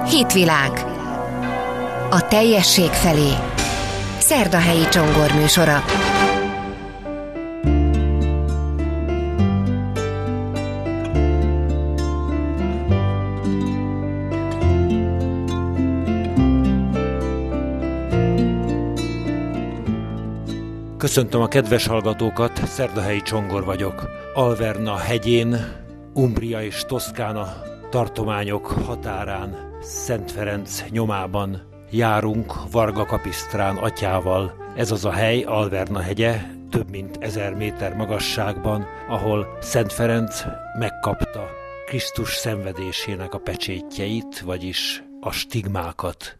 Hitvilág. A teljesség felé. Szerdahelyi Csongor műsora. Köszöntöm a kedves hallgatókat, Szerdahelyi Csongor vagyok. Alverna hegyén, Umbria és Toszkána tartományok határán, Szent Ferenc nyomában járunk Varga Kapisztrán atyával. Ez az a hely, Alverna hegye, több mint 1000 méter magasságban, ahol Szent Ferenc megkapta Krisztus szenvedésének a pecsétjeit, vagyis a stigmákat.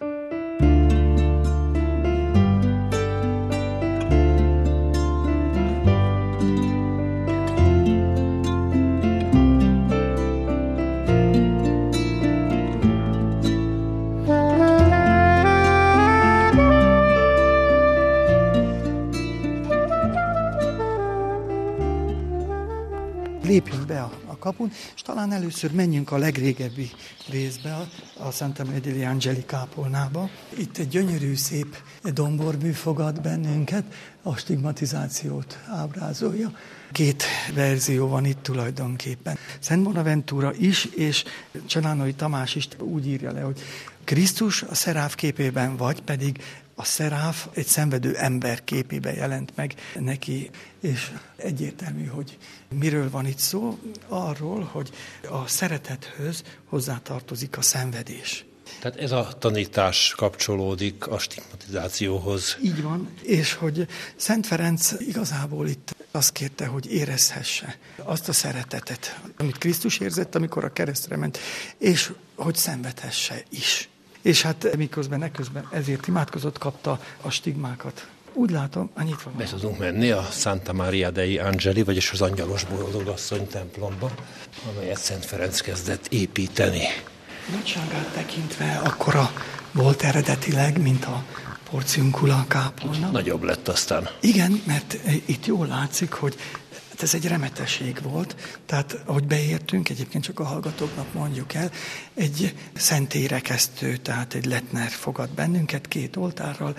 Lépjünk be a kapun, és talán először menjünk a legrégebbi részbe, a Santa Maria degli Angeli kápolnába. Itt egy gyönyörű, szép dombormű fogad bennünket, a stigmatizációt ábrázolja. 2 verzió van itt tulajdonképpen. Szent Bonaventura is, és Csalánói Tamás is úgy írja le, hogy Krisztus a szeráf képében, vagy pedig a szeráf egy szenvedő ember képében jelent meg neki, és egyértelmű, hogy miről van itt szó, arról, hogy a szeretethöz hozzátartozik a szenvedés. Tehát ez a tanítás kapcsolódik a stigmatizációhoz. Így van, és hogy Szent Ferenc igazából itt azt kérte, hogy érezhesse azt a szeretetet, amit Krisztus érzett, amikor a keresztre ment, és hogy szenvedhesse is. És hát miközben ezért imádkozott, kapta a stigmákat. Úgy látom, annyit van. Be tudunk menni a Santa Maria degli Angeli, vagyis az Angyalos Boldogasszony templomba, amelyet Szent Ferenc kezdett építeni. Nagyságát tekintve akkora volt eredetileg, mint a Porciuncula kápolna. Nagyobb lett aztán. Igen, mert itt jól látszik, hogy ez egy remeteség volt, tehát ahogy beértünk, egyébként csak a hallgatóknak mondjuk el, egy szentélyrekesztő, tehát egy Lettner fogad bennünket 2 oltárral,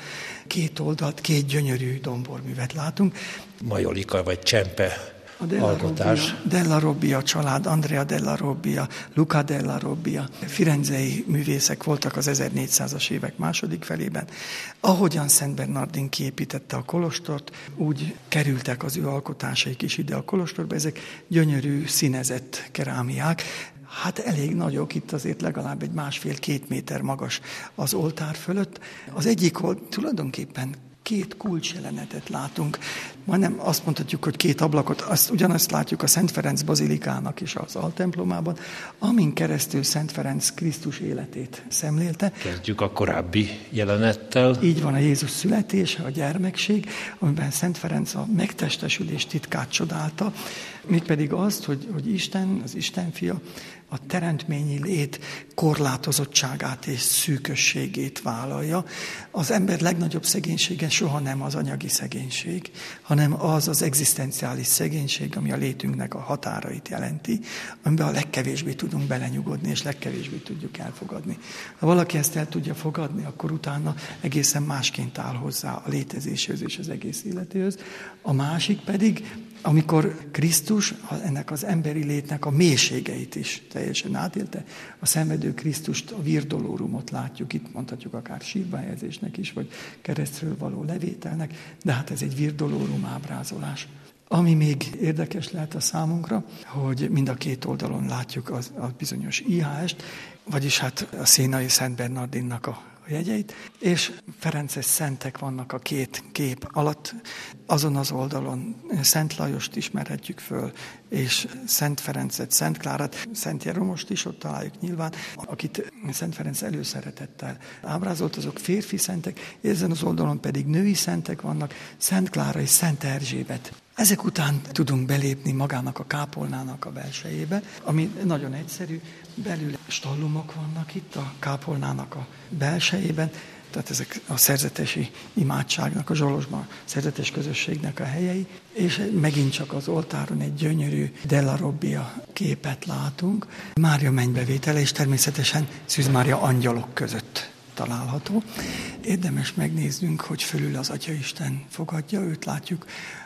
2 oldalt, 2 gyönyörű domborművet látunk. Majolika vagy csempe alkotás. Della Robbia család, Andrea della Robbia, Luca della Robbia, firenzei művészek voltak az 1400-as évek második felében. Ahogyan Szent Bernardin kiépítette a kolostort, úgy kerültek az ő alkotásaik is ide a kolostorba, ezek gyönyörű színezett kerámiák. Hát elég nagyok, itt azért legalább egy 1,5-2 méter magas az oltár fölött. Az egyik tulajdonképpen 2 kulcsjelenetet látunk. Majdnem azt mondhatjuk, hogy 2 ablakot, ugyanazt látjuk a Szent Ferenc bazilikának is az altemplomában, amin keresztül Szent Ferenc Krisztus életét szemlélte. Kezdjük a korábbi jelenettel. Így van, a Jézus születése, a gyermekség, amiben Szent Ferenc a megtestesülés titkát csodálta, mégpedig azt, hogy Isten, az Isten fia, a teremtményi lét korlátozottságát és szűkösségét vállalja. Az ember legnagyobb szegénysége soha nem az anyagi szegénység, hanem az egzisztenciális szegénység, ami a létünknek a határait jelenti, amiben a legkevésbé tudunk belenyugodni, és legkevésbé tudjuk elfogadni. Ha valaki ezt el tudja fogadni, akkor utána egészen másként áll hozzá a létezéséhez és az egész életéhez. A másik pedig, amikor Krisztus ennek az emberi létnek a mélységeit is teljesen átélte, a szenvedő Krisztust, a virdolórumot látjuk, itt mondhatjuk akár sírba helyezésnek is, vagy keresztről való levételnek, de hát ez egy virdolórum ábrázolás. Ami még érdekes lehet a számunkra, hogy mind a 2 oldalon látjuk a bizonyos IHS-t, vagyis hát a Sienai Szent Bernardinnak a jegyeit, és ferences szentek vannak a 2 kép alatt. Azon az oldalon Szent Lajost ismerhetjük föl, és Szent Ferencet, Szent Klárát, Szent Jeromost is ott találjuk nyilván, akit Szent Ferenc előszeretettel ábrázolt, azok férfi szentek, ezen az oldalon pedig női szentek vannak, Szent Klára és Szent Erzsébet. Ezek után tudunk belépni magának a kápolnának a belsejébe, ami nagyon egyszerű. Belül stallumok vannak itt a kápolnának a belsejében, tehát ezek a szerzetesi imádságnak, a Zsolozsban a szerzetes közösségnek a helyei, és megint csak az oltáron egy gyönyörű Della Robbia képet látunk. Mária mennybevétele, és természetesen Szűz Mária angyalok között található. Érdemes megnéznünk, hogy fölül az Atyaisten fogadja, őt látjuk,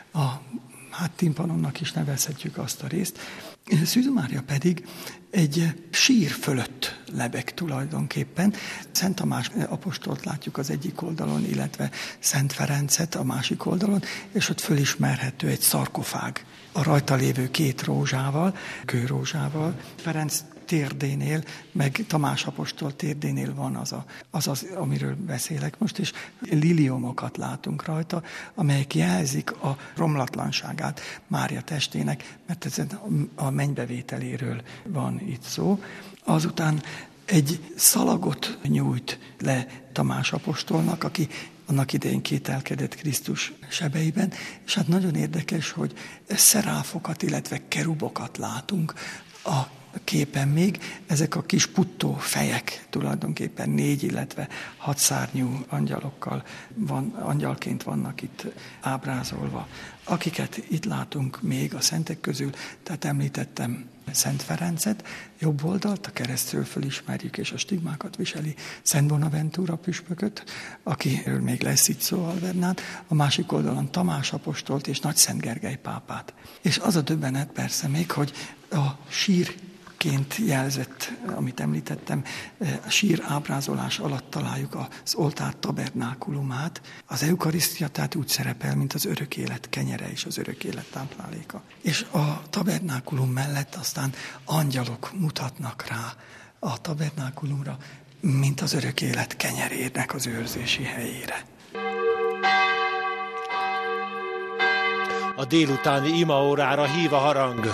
timpanonnak is nevezhetjük azt a részt. Szűz Mária pedig egy sír fölött lebeg tulajdonképpen. Szent Tamás apostolt látjuk az egyik oldalon, illetve Szent Ferencet a másik oldalon, és ott fölismerhető egy szarkofág a rajta lévő 2 rózsával, kőrózsával. Ferenc térdénél, meg Tamás apostol térdénél van az, amiről beszélek most, és liliomokat látunk rajta, amelyek jelzik a romlatlanságát Mária testének, mert ez a mennybevételéről van itt szó. Azután egy szalagot nyújt le Tamás apostolnak, aki annak idején kételkedett Krisztus sebeiben, és hát nagyon érdekes, hogy szeráfokat, illetve kerubokat látunk a képen még, ezek a kis puttó fejek tulajdonképpen 4, illetve 6 szárnyú angyalként vannak itt ábrázolva. Akiket itt látunk még a szentek közül, tehát említettem Szent Ferencet, jobb oldalt a keresztről fölismerjük, és a stigmákat viseli Szent Bonaventura püspököt, akiről még lesz itt szó Alvernán, a másik oldalon Tamás apostolt és Nagy Szent Gergely pápát. És az a döbbenet persze még, hogy a sírként jelzett, amit említettem, a sír ábrázolás alatt találjuk az oltár tabernákulumát. Az eukarisztia tehát úgy szerepel, mint az örök élet kenyere és az örök élet tápláléka. És a tabernákulum mellett aztán angyalok mutatnak rá a tabernákulumra, mint az örök élet kenyerének az őrzési helyére. A délutáni imaórára hív a harang.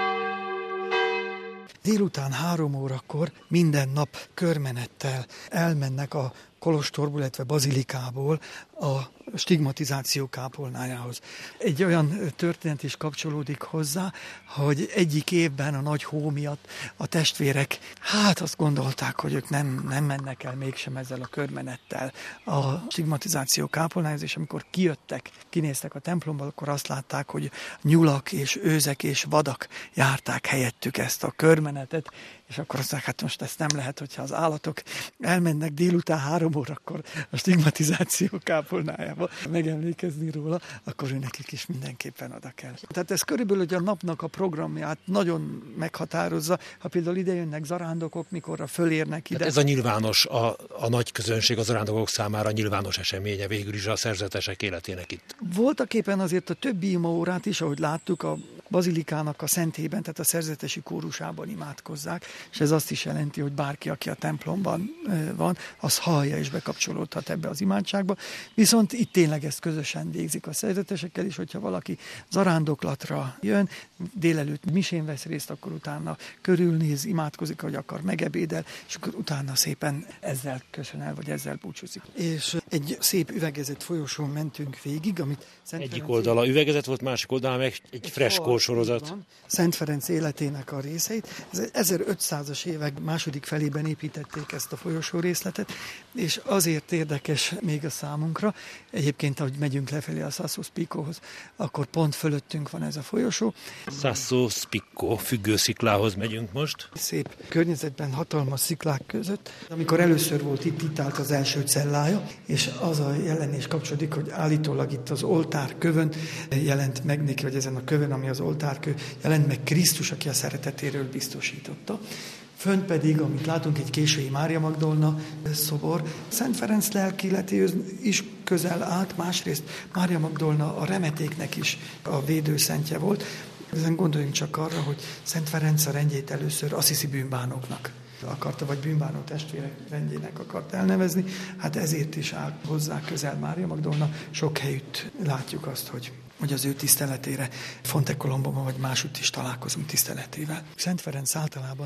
Délután 3 órakor minden nap körmenettel elmennek a kolostorból, illetve bazilikából a stigmatizáció kápolnájához. Egy olyan történet is kapcsolódik hozzá, hogy egyik évben a nagy hó miatt a testvérek azt gondolták, hogy ők nem mennek el mégsem ezzel a körmenettel a stigmatizáció kápolnájához, és amikor kinéztek a templomból, akkor azt látták, hogy nyulak és őzek és vadak járták helyettük ezt a körmenetet, és akkor azt mondják, most ezt nem lehet, hogyha az állatok elmennek délután 3 órakor a stigmatizáció kápolnájába megemlékezni róla, akkor nekik is mindenképpen oda kell. Tehát ez körülbelül hogy a napnak a programját nagyon meghatározza, ha például ide jönnek zarándokok, mikorra fölérnek ide. Tehát ez a nyilvános, a nagy közönség, a zarándokok számára nyilvános eseménye végül is a szerzetesek életének itt. Voltak éppen azért a többi imaórát is, ahogy láttuk, a bazilikának a szentében, tehát a szerzetesi kórusában imádkozzák, és ez azt is jelenti, hogy bárki, aki a templomban van, az hallja és bekapcsolódhat ebbe az imádságba. Viszont itt tényleg ezt közösen végzik a szerzetesekkel is, hogyha valaki zarándoklatra jön, délelőtt misén vesz részt, akkor utána körülnéz, imádkozik, hogy akar, megebédel, és akkor utána szépen ezzel köszön el, vagy ezzel búcsúzik. És egy szép üvegezett folyosón mentünk végig, amit egyik oldala üvegezett volt, másik oldala meg egy freskó sorozat. Szent Ferenc életének a részeit. Ez 1500-as évek második felében építették ezt a folyosó részletet, és azért érdekes még a számunkra, egyébként, ahogy megyünk lefelé a Sasso Spiccohoz, akkor pont fölöttünk van ez a folyosó. Sasso Spicco függősziklához megyünk most. Szép környezetben, hatalmas sziklák között. Amikor először volt itt állt az első cellája, és az a jelenés kapcsolódik, hogy állítólag itt az oltárkövön jelent meg neki, vagy ezen a kövön, ami az oltárkő, jelent meg Krisztus, aki a szeretetéről biztosította. Fönt pedig, amit látunk, egy késői Mária Magdolna szobor. Szent Ferenc lelkiületéhez is közel állt, másrészt Mária Magdolna a remetéknek is a védőszentje volt. Ezen gondoljunk csak arra, hogy Szent Ferenc a rendjét először assisi bűnbánóknak akarta, vagy bűnbánó testvérek rendjének akart elnevezni. Hát ezért is áll hozzá közel Mária Magdolna. Sok helyütt látjuk azt, hogy az ő tiszteletére Fonte Colombóban vagy másútt is találkozunk tiszteletével. Szent Ferenc általában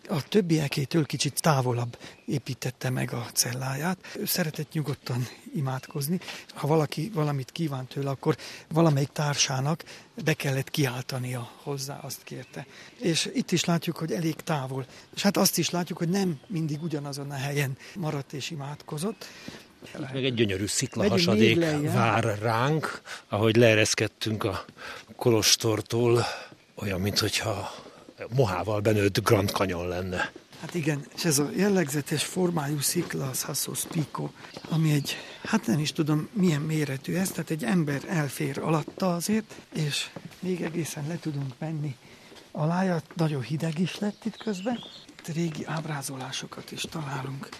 a többiekétől kicsit távolabb építette meg a celláját. Ő szeretett nyugodtan imádkozni. Ha valaki valamit kívánt tőle, akkor valamelyik társának be kellett kiáltania hozzá, azt kérte. És itt is látjuk, hogy elég távol. És hát azt is látjuk, hogy nem mindig ugyanazon a helyen maradt és imádkozott. Itt meg egy gyönyörű sziklahasadék vár ránk, ahogy leereszkedtünk a kolostortól, olyan, mintha mohával benőtt Grand Canyon lenne. Hát igen, és ez a jellegzetes formájú szikla, az Hasso Spico, ami egy, hát nem is tudom milyen méretű ez, tehát egy ember elfér alatta azért, és még egészen le tudunk menni alája, nagyon hideg is lett itt közben. Itt régi ábrázolásokat is találunk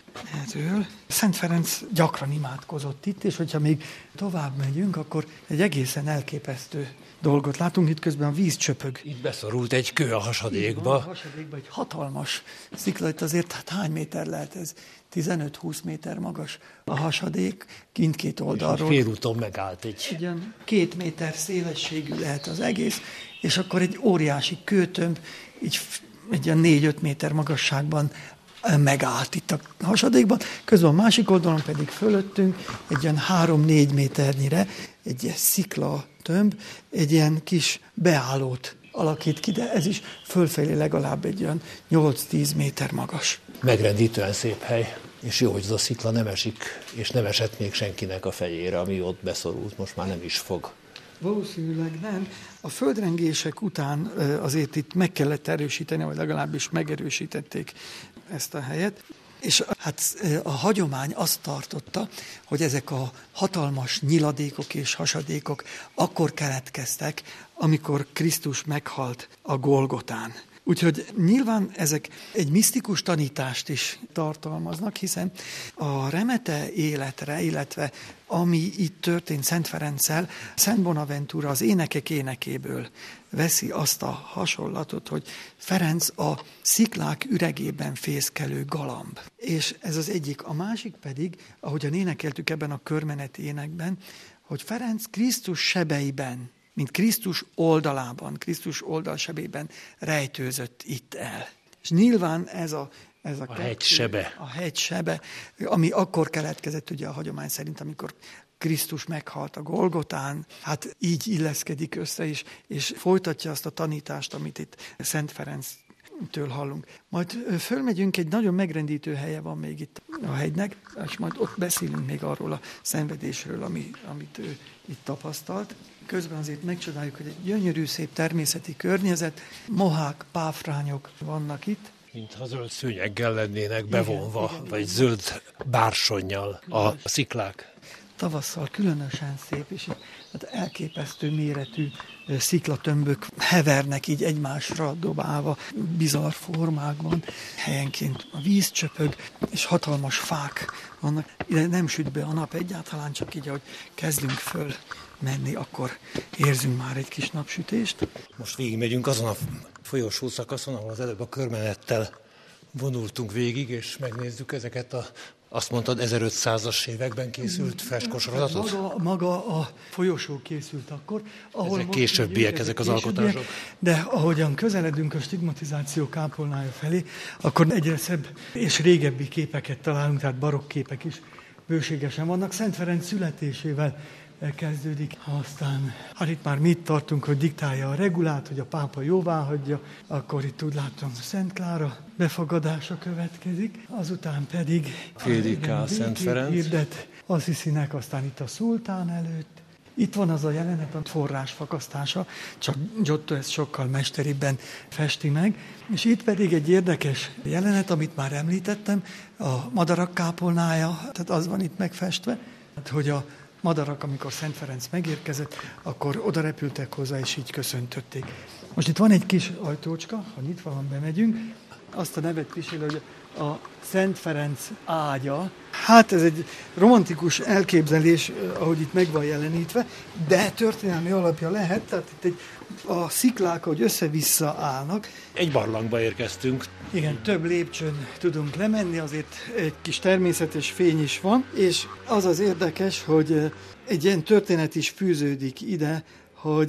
erről. Szent Ferenc gyakran imádkozott itt, és hogyha még tovább megyünk, akkor egy egészen elképesztő dolgot látunk, itt közben a víz csöpög. Itt beszorult egy kő a hasadékba. A hasadékba egy hatalmas szikla, itt azért hát hány méter lehet ez? 15-20 méter magas a hasadék, mindkét oldalról. És félúton megállt egy. Ugyan 2 méter szélességű lehet az egész, és akkor egy óriási kőtömb, így egy ilyen 4-5 méter magasságban megállt itt a hasadékban, közben a másik oldalon pedig fölöttünk egy ilyen 3-4 méternyire egy szikla tömb, egy ilyen kis beállót alakít ki, de ez is fölfelé legalább egy olyan 8-10 méter magas. Megrendítően szép hely, és jó, hogy az a szikla nem esik, és nem esett még senkinek a fejére, ami ott beszorult, most már nem is fog. Valószínűleg nem. A földrengések után azért itt meg kellett erősíteni, vagy legalábbis megerősítették ezt a helyet. És hát a hagyomány azt tartotta, hogy ezek a hatalmas nyiladékok és hasadékok akkor keletkeztek, amikor Krisztus meghalt a Golgotán. Úgyhogy nyilván ezek egy misztikus tanítást is tartalmaznak, hiszen a remete életre, illetve ami itt történt Szent Ferenccel, Szent Bonaventura az énekek énekéből veszi azt a hasonlatot, hogy Ferenc a sziklák üregében fészkelő galamb. És ez az egyik. A másik pedig, ahogyan énekeltük ebben a körmeneti énekben, hogy Ferenc Krisztus sebeiben, mint Krisztus oldalában, Krisztus oldalsebében rejtőzött itt el. És nyilván ez a hegysebe. A hegysebe, ami akkor keletkezett ugye a hagyomány szerint, amikor Krisztus meghalt a Golgotán, hát így illeszkedik össze is, és folytatja azt a tanítást, amit itt Szent Ferenctől hallunk. Majd fölmegyünk, egy nagyon megrendítő helye van még itt a hegynek, és majd ott beszélünk még arról a szenvedésről, amit ő itt tapasztalt. Közben azért megcsodáljuk, hogy egy gyönyörű, szép természeti környezet, mohák, páfrányok vannak itt. Mintha zöld szőnyeggel lennének bevonva, igen, vagy zöld bársonnyal a sziklák. Tavasszal különösen szép, és hát elképesztő méretű sziklatömbök hevernek így egymásra dobálva, bizarr formákban, helyenként a víz csöpög, és hatalmas fák vannak. Ide nem süt be a nap egyáltalán, csak így, ahogy kezdünk föl menni, akkor érzünk már egy kis napsütést. Most végigmegyünk azon a folyosó szakaszon, ahol az előbb a körmenettel vonultunk végig, és megnézzük ezeket azt mondtad, 1500-as években készült freskosorozatot? Maga a folyosó készült akkor. Ahol ezek későbbiek, ezek az alkotások. De ahogyan közeledünk a stigmatizáció kápolnája felé, akkor egyre szebb és régebbi képeket találunk, tehát barokk képek is bőségesen vannak. Szent Ferenc születésével kezdődik, aztán hát itt már mit tartunk, hogy diktálja a regulát, hogy a pápa jóváhagyja, akkor itt úgy látom Szent Klára befogadása következik, azután pedig Fédikál Szent Ferenc hirdet Assisinek, aztán itt a szultán előtt. Itt van az a jelenet, a forrás fakasztása, csak Giotto ezt sokkal mesteribben festi meg, és itt pedig egy érdekes jelenet, amit már említettem, a madarak kápolnája, tehát az van itt megfestve, hogy a madarak, amikor Szent Ferenc megérkezett, akkor oda repültek hozzá, és így köszöntötték. Most itt van egy kis ajtócska, ha nyitva van, bemegyünk. Azt a nevet viseli, hogy a Szent Ferenc ágya. Hát ez egy romantikus elképzelés, ahogy itt meg van jelenítve, de történelmi alapja lehet, tehát itt a sziklák, ahogy össze-vissza állnak. Egy barlangba érkeztünk. Igen, több lépcsőn tudunk lemenni, azért egy kis természetes fény is van, és az az érdekes, hogy egy ilyen történet is fűződik ide, hogy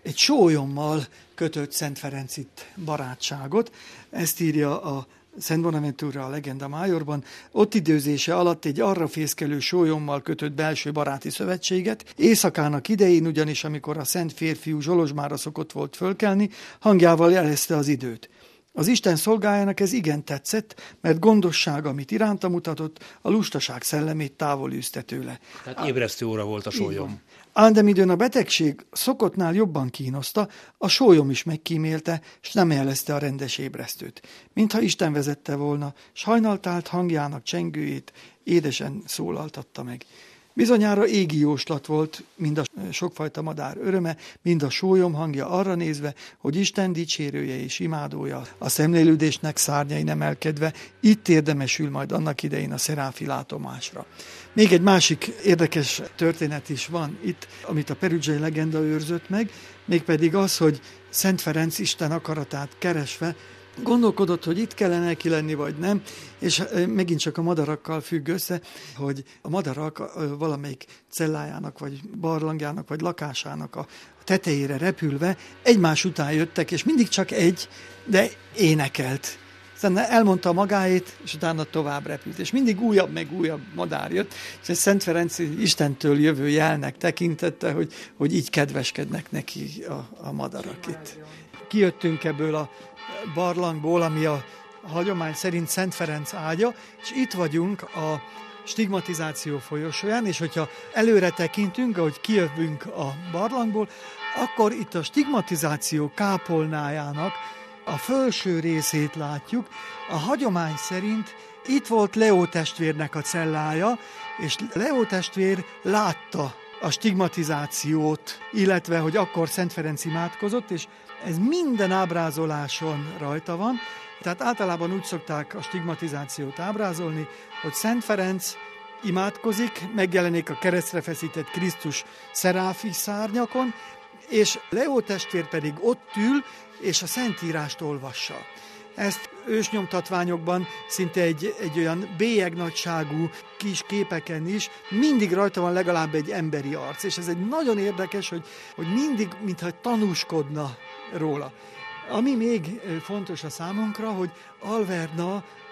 egy sólyommal kötött Szent Ferenc itt barátságot. Ezt írja a Szent Bonaventura a Legenda Majorban, ott időzése alatt egy arra fészkelő sólyommal kötött belső baráti szövetséget, éjszakának idején ugyanis, amikor a szent férfiú Zsolozsmára szokott volt fölkelni, hangjával jelezte az időt. Az Isten szolgájának ez igen tetszett, mert gondosság, amit iránta mutatott, a lustaság szellemét távol űzte tőle. Tehát ébresztő óra volt a sólyom. Ám de midőn a betegség szokottnál jobban kínoszta, a sólyom is megkímélte, s nem jelezte a rendes ébresztőt. Mintha Isten vezette volna, s hajnaltált hangjának csengőjét édesen szólaltatta meg. Bizonyára égi jóslat volt mind a sokfajta madár öröme, mind a sólyom hangja arra nézve, hogy Isten dicsérője és imádója, a szemlélődésnek szárnyain emelkedve, itt érdemesül majd annak idején a szeráfi látomásra. Még egy másik érdekes történet is van itt, amit a perugiai legenda őrzött meg, mégpedig az, hogy Szent Ferenc Isten akaratát keresve gondolkodott, hogy itt kellene neki lenni, vagy nem, és megint csak a madarakkal függ össze, hogy a madarak valamelyik cellájának, vagy barlangjának, vagy lakásának a tetejére repülve egymás után jöttek, és mindig csak egy, de énekelt. Aztán elmondta magáét, és utána tovább repült. És mindig újabb, meg újabb madár jött, és ez Szent Ferenc Istentől jövő jelnek tekintette, hogy így kedveskednek neki a madarak itt. Kijöttünk ebből a barlangból, ami a hagyomány szerint Szent Ferenc ágya, és itt vagyunk a stigmatizáció folyosóján, és hogyha előre tekintünk, ahogy kijövünk a barlangból, akkor itt a stigmatizáció kápolnájának a felső részét látjuk. A hagyomány szerint itt volt Leó testvérnek a cellája, és Leó testvér látta a stigmatizációt, illetve, hogy akkor Szent Ferenc imádkozott, és ez minden ábrázoláson rajta van. Tehát általában úgy szokták a stigmatizációt ábrázolni, hogy Szent Ferenc imádkozik, megjelenik a keresztre feszített Krisztus szeráfi szárnyakon, és Leó testvér pedig ott ül, és a Szentírást olvassa. Ezt ősnyomtatványokban szinte egy olyan bélyegnagyságú kis képeken is mindig rajta van legalább egy emberi arc, és ez egy nagyon érdekes, hogy mindig, mintha tanúskodna róla. Ami még fontos a számunkra, hogy Alverna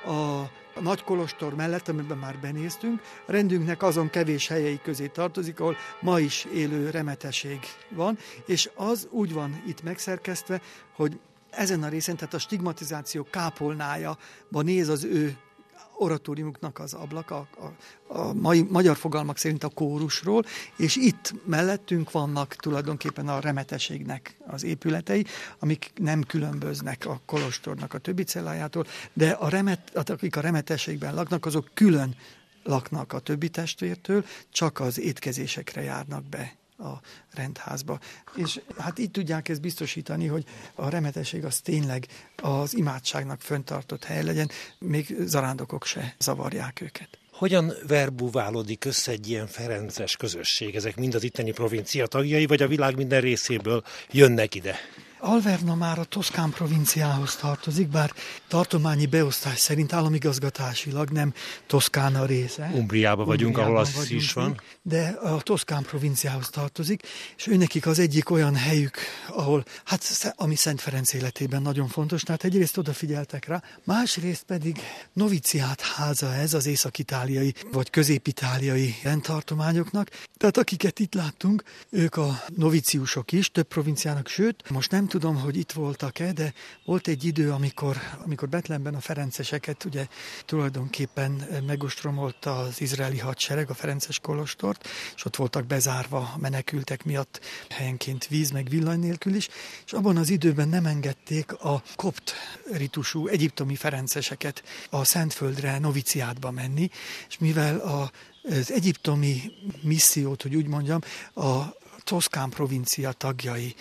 a Nagykolostor mellett, amiben már benéztünk, a rendünknek azon kevés helyei közé tartozik, ahol ma is élő remeteség van, és az úgy van itt megszerkesztve, hogy ezen a részen, tehát a stigmatizáció kápolnájába néz az ő oratóriumuknak az ablaka, a mai magyar fogalmak szerint a kórusról, és itt mellettünk vannak tulajdonképpen a remeteségnek az épületei, amik nem különböznek a kolostornak a többi cellájától, de akik a remetességben laknak, azok külön laknak a többi testvértől, csak az étkezésekre járnak be a rendházba. És hát így tudják ezt biztosítani, hogy a remetesség az tényleg az imádságnak fenntartott hely legyen, még zarándokok se zavarják őket. Hogyan verbuválódik össze egy ilyen ferences közösség? Ezek mind az itteni provincia tagjai, vagy a világ minden részéből jönnek ide? Alverna már a Toszkán provinciához tartozik, bár tartományi beosztás szerint államigazgatásilag nem Toszkána része. Umbriában vagyunk, ahol az is van. De a Toszkán provinciához tartozik, és őnekik az egyik olyan helyük, ahol, ami Szent Ferenc életében nagyon fontos, tehát egyrészt odafigyeltek rá, másrészt pedig noviciát háza ez az észak-itáliai vagy közép-itáliai rendtartományoknak. Tehát akiket itt láttunk, ők a noviciusok is, több provinciának, sőt, most nem tudom, hogy itt voltak-e, de volt egy idő, amikor Betlenben a ferenceseket ugye tulajdonképpen megostromolta az izraeli hadsereg, a ferences kolostort, és ott voltak bezárva a menekültek miatt helyenként víz meg villany nélkül is, és abban az időben nem engedték a kopt ritusú egyiptomi ferenceseket a Szentföldre noviciátba menni, és mivel az egyiptomi missziót, hogy úgy mondjam, a Toszkán provincia tagjai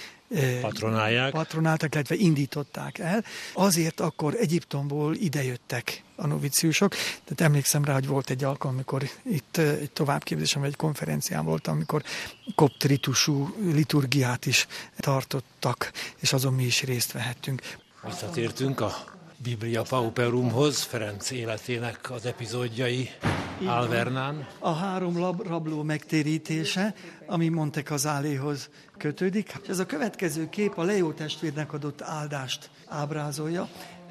patronálták, illetve indították el. Azért akkor Egyiptomból idejöttek a noviciusok. Tehát emlékszem rá, hogy volt egy alkalom, amikor itt egy továbbképzésen vagy egy konferencián voltam, amikor kopt ritusú liturgiát is tartottak, és azon mi is részt vehettünk. Visszatértünk a Biblia Pauperumhoz, Ferenc életének az epizódjai Alvernán. A 3 rabló megtérítése, ami Monte Casaléhoz kötődik. És ez a következő kép a Leo testvérnek adott áldást ábrázolja.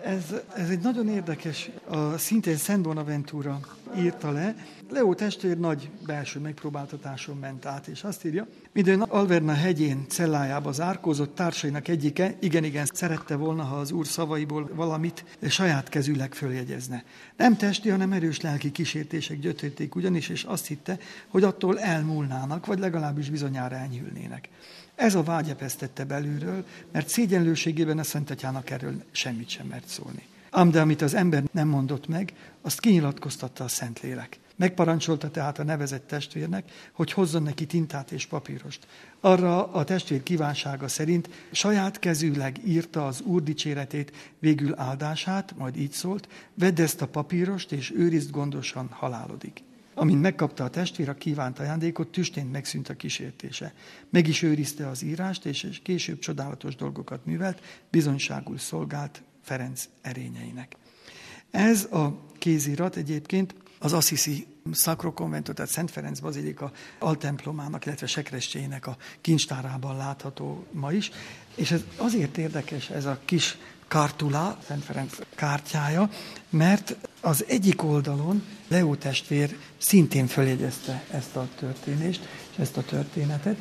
Ez egy nagyon érdekes, szintén Szent Bonaventura írta le. Leo testvér nagy belső megpróbáltatáson ment át, és azt írja, midőn Alverna hegyén cellájába zárkózott, társainak egyike igen szerette volna, ha az Úr szavaiból valamit saját kezűleg följegyezne. Nem testi, hanem erős lelki kísértések gyötörték ugyanis, és azt hitte, hogy attól elmúlnának, vagy legalábbis bizonyára enyhülnének. Ez a vágy epesztette belülről, mert szégyenlőségében a Szent Atyának erről semmit sem mert szólni. Ám de amit az ember nem mondott meg, azt kinyilatkoztatta a Szentlélek. Megparancsolta tehát a nevezett testvérnek, hogy hozzon neki tintát és papírost. Arra a testvér kívánsága szerint saját kezűleg írta az Úr dicséretét, végül áldását, majd így szólt, vedd ezt a papírost és őrizd gondosan halálodig. Amint megkapta a testvér a kívánt ajándékot, tüstént megszűnt a kísértése. Meg is őrizte az írást, és később csodálatos dolgokat művelt, bizonyságul szolgált Ferenc erényeinek. Ez a kézirat egyébként az Assisi Sacro Convento, tehát Szent Ferenc Bazilika altemplomának, illetve sekrestyének a kincstárában látható ma is. És ez azért érdekes, ez a kis kartula, Szent Ferenc kártyája, mert az egyik oldalon Leo testvér szintén följegyezte ezt a történést, és ezt a történetet,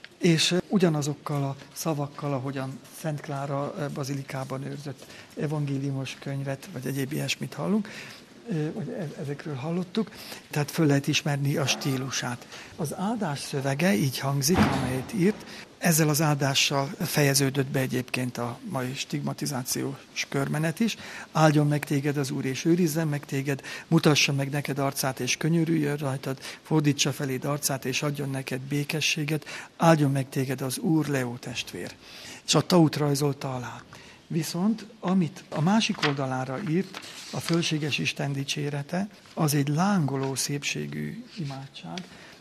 és ugyanazokkal a szavakkal, ahogyan Szent Klára bazilikában őrzött evangéliumos könyvet, vagy egyéb ilyesmit hallunk, vagy ezekről hallottuk, tehát föl lehet ismerni a stílusát. Az áldás szövege így hangzik, amelyet írt, ezzel az áldással fejeződött be egyébként a mai stigmatizációs körmenet is. Áldjon meg téged az Úr, és őrizzen meg téged, mutassa meg neked arcát, és könyörüljön rajtad, fordítsa feléd arcát, és adjon neked békességet, áldjon meg téged az Úr, Leo testvér. És a taut rajzolta alá. Viszont, amit a másik oldalára írt, a fölséges Isten dicsérete, az egy lángoló szépségű imádság,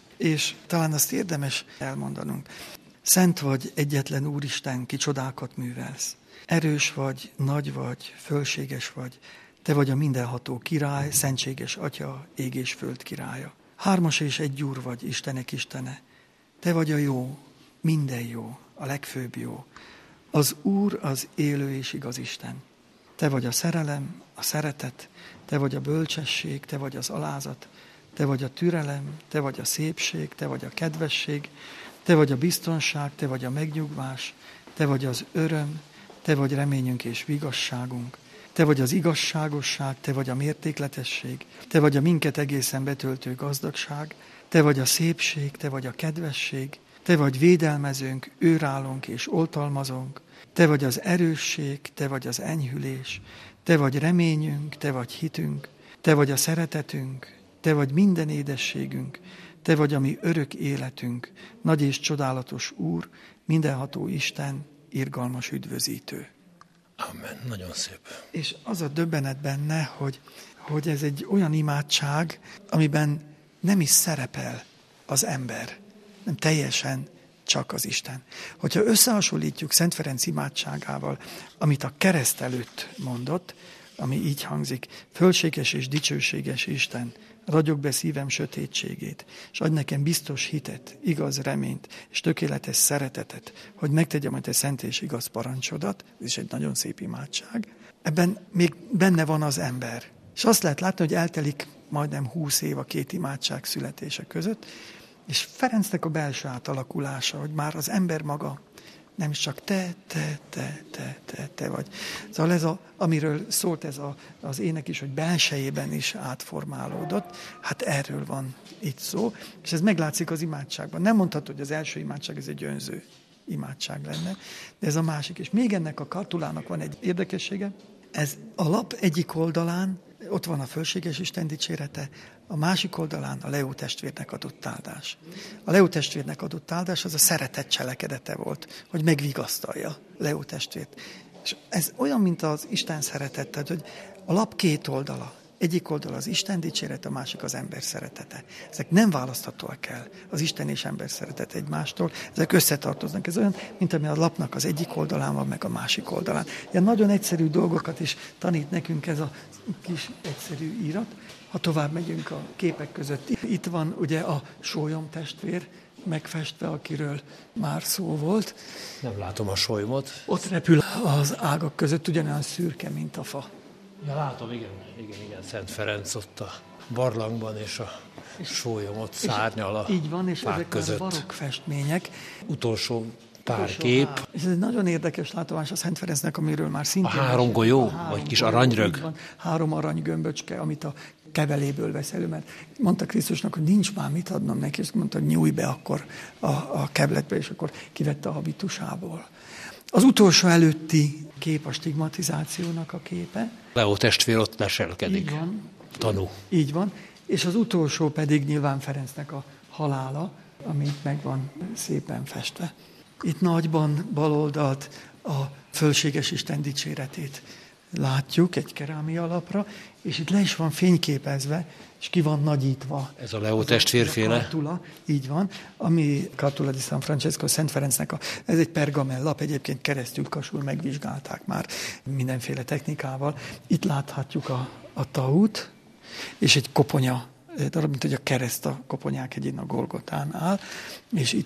és talán azt érdemes elmondanunk. Szent vagy, egyetlen Úristen, ki csodákat művelsz. Erős vagy, nagy vagy, fölséges vagy. Te vagy a mindenható király, szentséges Atya, ég és föld királya. Hármas és egy Úr vagy, Istenek Istene. Te vagy a jó, minden jó, a legfőbb jó. Az Úr az élő és igaz Isten. Te vagy a szerelem, a szeretet, te vagy a bölcsesség, te vagy az alázat, te vagy a türelem, te vagy a szépség, te vagy a kedvesség, te vagy a biztonság, te vagy a megnyugvás, te vagy az öröm, te vagy reményünk és vigasságunk, te vagy az igazságosság, te vagy a mértékletesség, te vagy a minket egészen betöltő gazdagság, te vagy a szépség, te vagy a kedvesség, te vagy védelmezőnk, őrállónk és oltalmazónk, te vagy az erősség, te vagy az enyhülés, te vagy reményünk, te vagy hitünk, te vagy a szeretetünk, te vagy minden édességünk, te vagy a mi örök életünk, nagy és csodálatos Úr, mindenható Isten, irgalmas üdvözítő. Amen, nagyon szép. És az a döbbenet benne, hogy ez egy olyan imádság, amiben nem is szerepel az ember, nem teljesen csak az Isten. Hogyha összehasonlítjuk Szent Ferenc imádságával, amit a kereszt előtt mondott, ami így hangzik, fölséges és dicsőséges Isten, ragyog be szívem sötétségét, és adj nekem biztos hitet, igaz reményt, és tökéletes szeretetet, hogy megtegyem a te szent és igaz parancsodat, ez is egy nagyon szép imádság. Ebben még benne van az ember. És azt lehet látni, hogy eltelik majdnem 20 év a két imádság születése között, és Ferencnek a belső átalakulása, hogy már az ember maga nem is csak te vagy. Szóval ez amiről szólt ez az ének is, hogy belsejében is átformálódott, hát erről van itt szó, és ez meglátszik az imádságban. Nem mondhatod, hogy az első imádság ez egy önző imádság lenne, de ez a másik. És még ennek a kartulának van egy érdekessége, ez a lap egyik oldalán ott van a fölséges Isten dicsérete, a másik oldalán a Leo testvérnek adott áldás. A Leo testvérnek adott áldás az a szeretet cselekedete volt, hogy megvigasztalja Leo testvért. És ez olyan, mint az Isten szeretet, tehát, hogy a lap két oldala. Egyik oldal az Isten dicséret, a másik az ember szeretete. Ezek nem választhatóak el, az Isten és ember szeretet egymástól, ezek összetartoznak. Ez olyan, mint ami a lapnak az egyik oldalán van, meg a másik oldalán. Ilyen nagyon egyszerű dolgokat is tanít nekünk ez a kis egyszerű írat. Ha tovább megyünk a képek között, itt van ugye a sólyom testvér, megfestve, akiről már szó volt. Nem látom a solymot. Ott repül az ágak között, ugyanolyan szürke, mint a fa. Ja, látom, igen, Szent Ferenc ott a barlangban, és a sólyom ott szárnyal a így van, és fák ezek között. a barokk festmények. Utolsó tárkép. És ez egy nagyon érdekes látomás a Szent Ferencnek, amiről már szintén... A 3 golyó, vagy kis aranyrög? Van, 3 aranygömböcske, amit a keveléből vesz elő, mert mondta Krisztusnak, hogy nincs már mit adnom neki, és mondta, hogy nyújj be akkor a kebletbe, és akkor kivette a habitusából. Az utolsó előtti kép a stigmatizációnak a képe. Leó testvér ott leselkedik. Így van. Tanú. Így van. És az utolsó pedig nyilván Ferencnek a halála, ami meg van szépen festve. Itt nagyban baloldalt a fölséges Isten dicséretét látjuk egy kerámia alapra, és itt le is van fényképezve, és ki van nagyítva. Ez a Leó testvérféle. Cartula, így van, ami Cartula di San Francesco, Szent Ferencnek, ez egy pergamen lap, egyébként keresztül kasul megvizsgálták már mindenféle technikával. Itt láthatjuk a taút, és egy koponya darab, mint hogy a kereszt a Koponyák hegyén, a Golgotán áll, és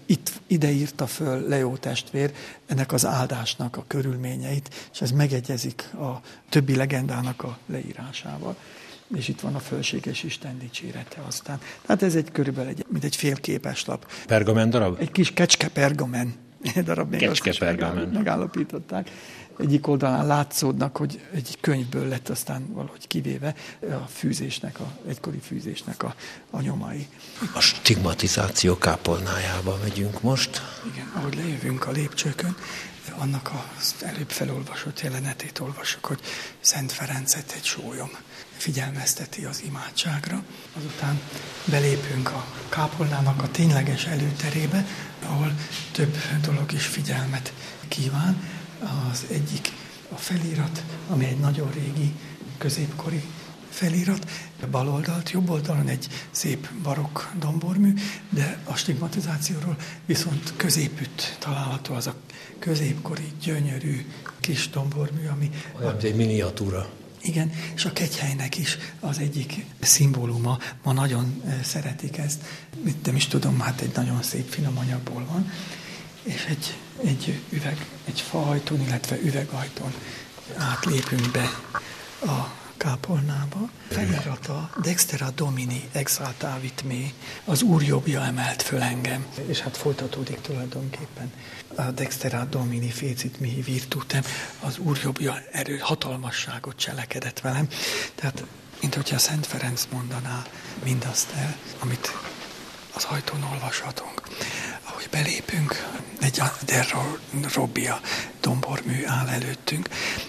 ide írta föl Leó testvér ennek az áldásnak a körülményeit, és ez megegyezik a többi legendának a leírásával. És itt van a fölséges Isten dicsérete aztán. Tehát ez körülbelül mint egy félképes lap. Pergamen darab? Egy kis kecske pergamen darab, még kecske azt pergamen. Megállapították. Egyik oldalán látszódnak, hogy egy könyvből lett aztán valahogy kivéve a fűzésnek, egykori fűzésnek a nyomai. A stigmatizáció kápolnájába megyünk most. Igen, ahogy lejövünk a lépcsőkön, annak az előbb felolvasott jelenetét olvasok, hogy Szent Ferencet egy sólyom figyelmezteti az imádságra. Azután belépünk a kápolnának a tényleges előterébe, ahol több dolog is figyelmet kíván. Az egyik a felirat, ami egy nagyon régi, középkori felirat. A bal oldalt, jobb oldalon egy szép barokk dombormű, de a stigmatizációról viszont középütt található az a középkori, gyönyörű kis dombormű, ami... Olyan, egy miniatúra. Igen, és a kegyhelynek is az egyik szimbóluma. Ma nagyon szeretik ezt. Nem is tudom, hát egy nagyon szép finom anyagból van. És egy faajtón, illetve üvegajtón átlépünk be a kápolnába. Felirata Dextera Domini exaltavit me, az Úr jobbja emelt föl engem. És hát folytatódik tulajdonképpen a Dextera Domini fecit mihi virtutem, az Úr jobbja hatalmasságot cselekedett velem. Tehát, mint hogyha Szent Ferenc mondaná mindazt el, amit az ajtón olvashatunk. Ahogy belépünk, egy De Robbia dombormű áll előttünk,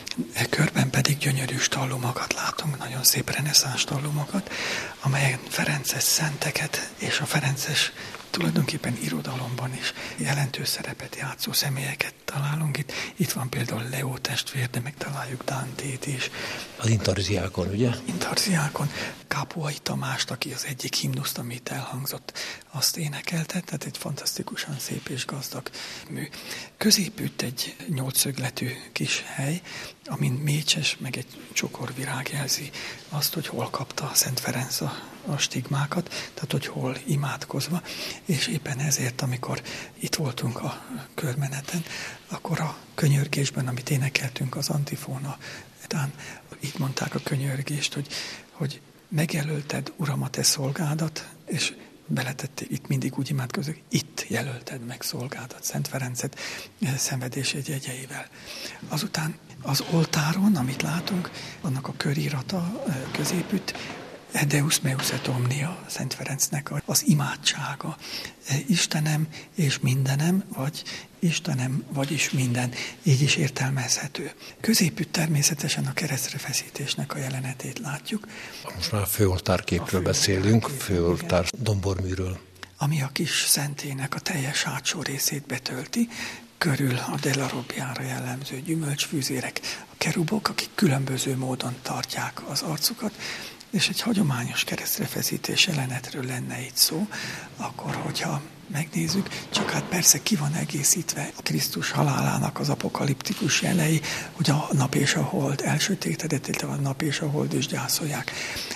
körben pedig gyönyörű stallumokat látunk, nagyon szép reneszánsz stallumokat, amelyen ferences szenteket és a ferences tulajdonképpen irodalomban is jelentős szerepet játszó személyeket találunk itt. Itt van például Leó testvér, de megtaláljuk Dantét is. Az Intarziákon, ugye? Intarziákon. Kápuai Tamást, aki az egyik himnuszt, amit elhangzott, azt énekelte, tehát egy fantasztikusan szép és gazdag mű. Középütt egy 8-szögletű kis hely, amin mécses, meg egy csokorvirág jelzi azt, hogy hol kapta Szent Ferenc a stigmákat, tehát hogy hol imádkozva, és éppen ezért, amikor itt voltunk a körmeneten, akkor a könyörgésben, amit énekeltünk, az antifóna, után így mondták a könyörgést, hogy megjelölted, Uram, a te szolgádat, és beletették, itt mindig úgy imádkozok, itt jelölted meg szolgádat, Szent Ferencet szenvedését jegyeivel. Azután az oltáron, amit látunk, annak a körírata középütt, Deus meus et omnia, Szent Ferencnek az imádsága. Istenem és mindenem, vagy Istenem, vagyis minden. Így is értelmezhető. Középütt természetesen a keresztre feszítésnek a jelenetét látjuk. Most már a főoltárképről beszélünk, főoltár domborműről. Ami a kis szentének a teljes hátsó részét betölti, körül a Della Robbiára jellemző gyümölcsfűzérek, a kerubok, akik különböző módon tartják az arcukat, és egy hagyományos keresztrefeszítés jelenetről lenne itt szó, akkor, hogyha megnézzük, csak hát persze ki van egészítve a Krisztus halálának az apokaliptikus jelei, hogy a nap és a hold elsötétedett, illetve a nap és a hold is gyászolják.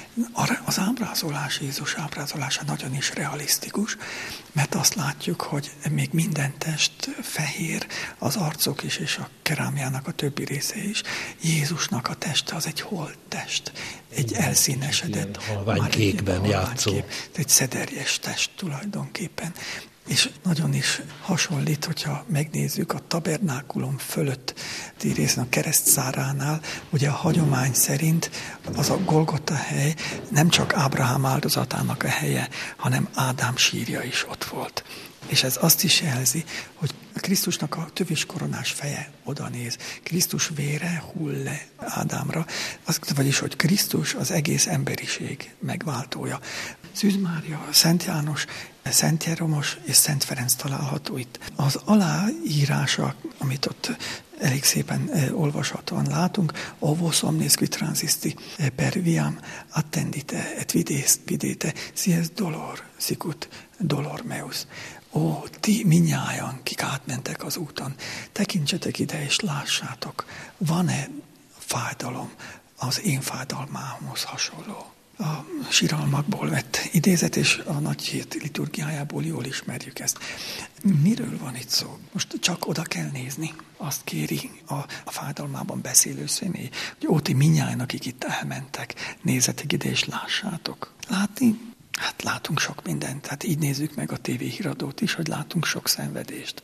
Az ábrázolás, Jézus ábrázolása nagyon is realisztikus, mert azt látjuk, hogy még minden test fehér, az arcok is, és a kerámiának a többi része is. Jézusnak a teste az egy holttest, egy elszínesedett, halványkékben játszó. Egy szederjes test tulajdonképpen. És nagyon is hasonlít, hogyha megnézzük a tabernákulum fölötti részen, a keresztszáránál, ugye a hagyomány szerint az a Golgota hely nem csak Ábrahám áldozatának a helye, hanem Ádám sírja is ott volt. És ez azt is jelzi, hogy Krisztusnak a töviskoronás feje oda néz. Krisztus vére hull le Ádámra, vagyis, hogy Krisztus az egész emberiség megváltója. Szűz Mária, Szent János, Szent Jeromos és Szent Ferenc található itt. Az aláírása, amit ott elég szépen olvashatóan látunk, ovos omnes qui transisti per viam attendite et videte, si es dolor, sicut dolor meus. Ó, ti minnyájan, kik átmentek az úton, tekintsetek ide és lássátok, van-e fájdalom az én fájdalmához hasonló. A síralmakból vett idézet, és a nagy hét liturgiájából jól ismerjük ezt. Miről van itt szó? Most csak oda kell nézni. Azt kéri a fájdalmában beszélő személy, hogy ó, ti minnyájan, akik itt elmentek, nézzetek ide és lássátok. Látni? Hát látunk sok mindent, hát így nézzük meg a tévéhíradót is, hogy látunk sok szenvedést.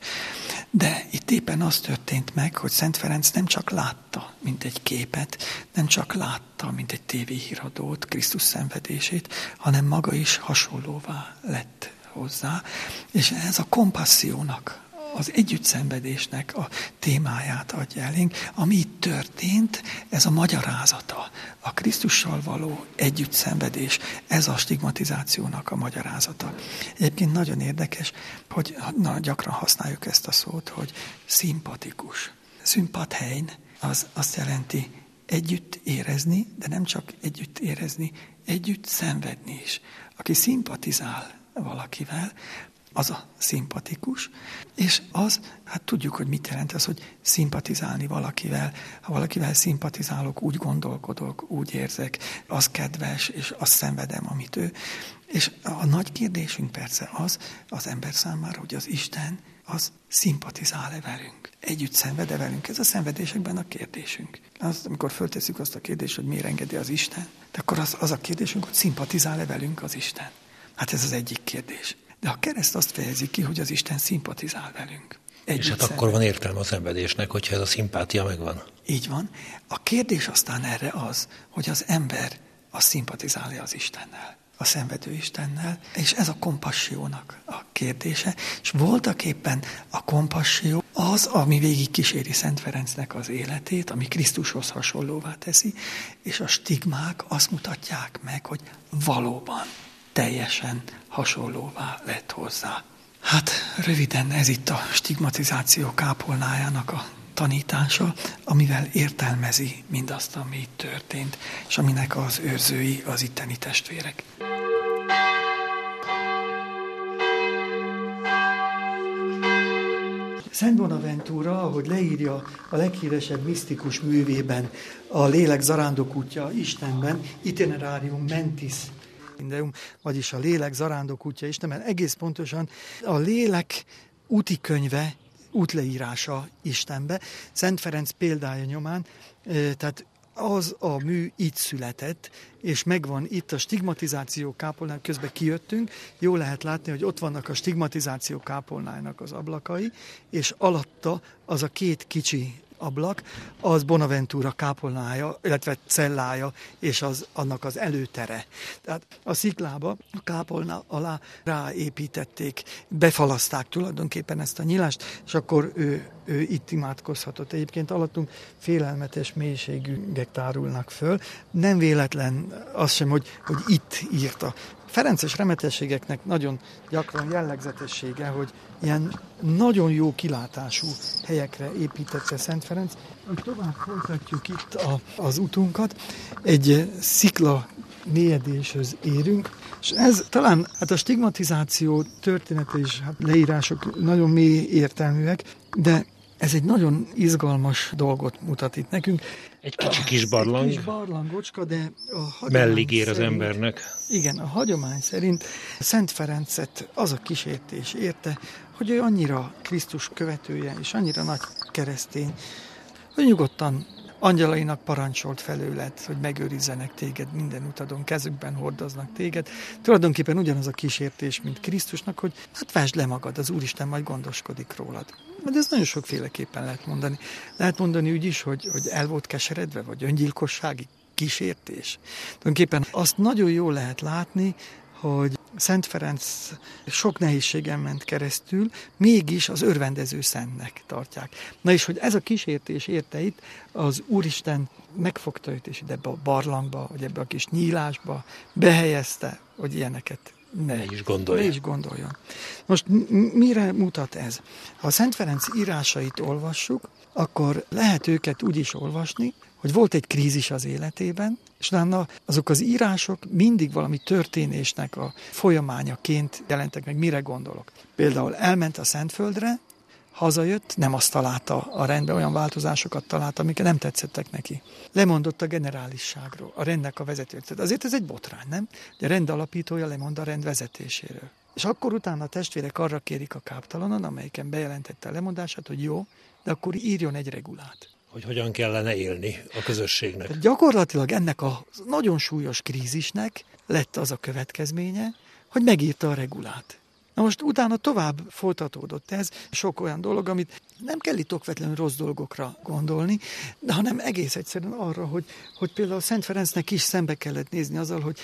De itt éppen az történt meg, hogy Szent Ferenc nem csak látta, mint egy képet, nem csak látta, mint egy tévéhíradót, Krisztus szenvedését, hanem maga is hasonlóvá lett hozzá. És ez a kompassziónak, az együttszenvedésnek a témáját adja elénk. Ami itt történt, ez a magyarázata, a Krisztussal való együttszenvedés, ez a stigmatizációnak a magyarázata. Egyébként nagyon érdekes, hogy gyakran használjuk ezt a szót, hogy szimpatikus. Sympathein az azt jelenti együtt érezni, de nem csak együtt érezni, együtt szenvedni is. Aki szimpatizál valakivel, az a szimpatikus, és az, hát tudjuk, hogy mit jelent az, hogy szimpatizálni valakivel. Ha valakivel szimpatizálok, úgy gondolkodok, úgy érzek, az kedves, és azt szenvedem, amit ő. És a nagy kérdésünk persze az ember számára, hogy az Isten, az szimpatizál-e velünk? Együtt szenved-e velünk? Ez a szenvedésekben a kérdésünk. Amikor föltesszük azt a kérdést, hogy miért engedi az Isten, de akkor az a kérdésünk, hogy szimpatizál-e velünk az Isten? Hát ez az egyik kérdés. De a kereszt azt fejezi ki, hogy az Isten szimpatizál velünk. És hát akkor van értelme a szenvedésnek, hogyha ez a szimpátia megvan. Így van. A kérdés aztán erre az, hogy az ember az szimpatizálja az Istennel, a szenvedő Istennel, és ez a kompassziónak a kérdése. És voltaképpen a kompasszió az, ami végig kíséri Szent Ferencnek az életét, ami Krisztushoz hasonlóvá teszi, és a stigmák azt mutatják meg, hogy valóban teljesen hasonlóvá lett hozzá. Hát röviden ez itt a stigmatizáció kápolnájának a tanítása, amivel értelmezi mindazt, ami itt történt, és aminek az őrzői az itteni testvérek. Szent Bonaventura, ahogy leírja a leghíresebb misztikus művében, a lélek zarándokútja Istenben, Itinerarium Mentis, vagyis a lélek zarándokútja Istenben, egész pontosan a lélek útikönyve, útleírása Istenbe, Szent Ferenc példája nyomán, tehát az a mű így született, és megvan itt a stigmatizáció kápolnája, közben kijöttünk, jól lehet látni, hogy ott vannak a stigmatizáció kápolnájának az ablakai, és alatta az a két kicsi ablak, az Bonaventura kápolnája, illetve cellája, és annak az előtere. Tehát a sziklába, a kápolna alá ráépítették, befalazták tulajdonképpen ezt a nyilást, és akkor ő itt imádkozhatott. Egyébként alattunk félelmetes mélységűek tárulnak föl. Nem véletlen az sem, hogy itt írt a ferences remetességeknek nagyon gyakran jellegzetessége, hogy ilyen nagyon jó kilátású helyekre építette Szent Ferenc. Tovább folytatjuk itt az utunkat, egy szikla mélyedéshez érünk, és ez talán a stigmatizáció története és leírások nagyon mély értelműek, de ez egy nagyon izgalmas dolgot mutat itt nekünk. Egy kis barlang. Egy kis barlangocska, de mellig ér az embernek. Igen, a hagyomány szerint Szent Ferencet az a kísértés érte, hogy ő annyira Krisztus követője, és annyira nagy keresztény, hogy nyugodtan angyalainak parancsolt felőled, hogy megőrizzenek téged minden utadon, kezükben hordoznak téged. Tulajdonképpen ugyanaz a kísértés, mint Krisztusnak, hogy vesd le magad, az Úristen majd gondoskodik rólad. De ez nagyon sokféleképpen lehet mondani. Lehet mondani úgy is, hogy el volt keseredve, vagy öngyilkossági kísértés. Tulajdonképpen azt nagyon jól lehet látni, hogy Szent Ferenc sok nehézségen ment keresztül, mégis az örvendező szentnek tartják. Na és hogy ez a kísértés érte itt, az Úristen megfogta őt, és ebbe a barlangba, vagy ebbe a kis nyílásba behelyezte, hogy ilyeneket ne is gondoljon. Most mire mutat ez? Ha a Szent Ferenc írásait olvassuk, akkor lehet őket úgy is olvasni, hogy volt egy krízis az életében, és utána azok az írások mindig valami történésnek a folyamányaként jelentek meg, mire gondolok. Például elment a Szentföldre, hazajött, nem azt találta a rendben, olyan változásokat találta, amik nem tetszettek neki. Lemondott a generálisságról, a rendnek a vezetőjéről. Azért ez egy botrány, nem? De a rend alapítója lemond a rend vezetéséről. És akkor utána a testvérek arra kérik a káptalanon, amelyiken bejelentette a lemondását, hogy jó, de akkor írjon egy regulát. Hogy hogyan kellene élni a közösségnek. Tehát gyakorlatilag ennek a nagyon súlyos krízisnek lett az a következménye, hogy megírta a regulát. Na most utána tovább folytatódott ez, sok olyan dolog, amit nem kell itt okvetlenül rossz dolgokra gondolni, de hanem egész egyszerűen arra, hogy például Szent Ferencnek is szembe kellett nézni azzal, hogy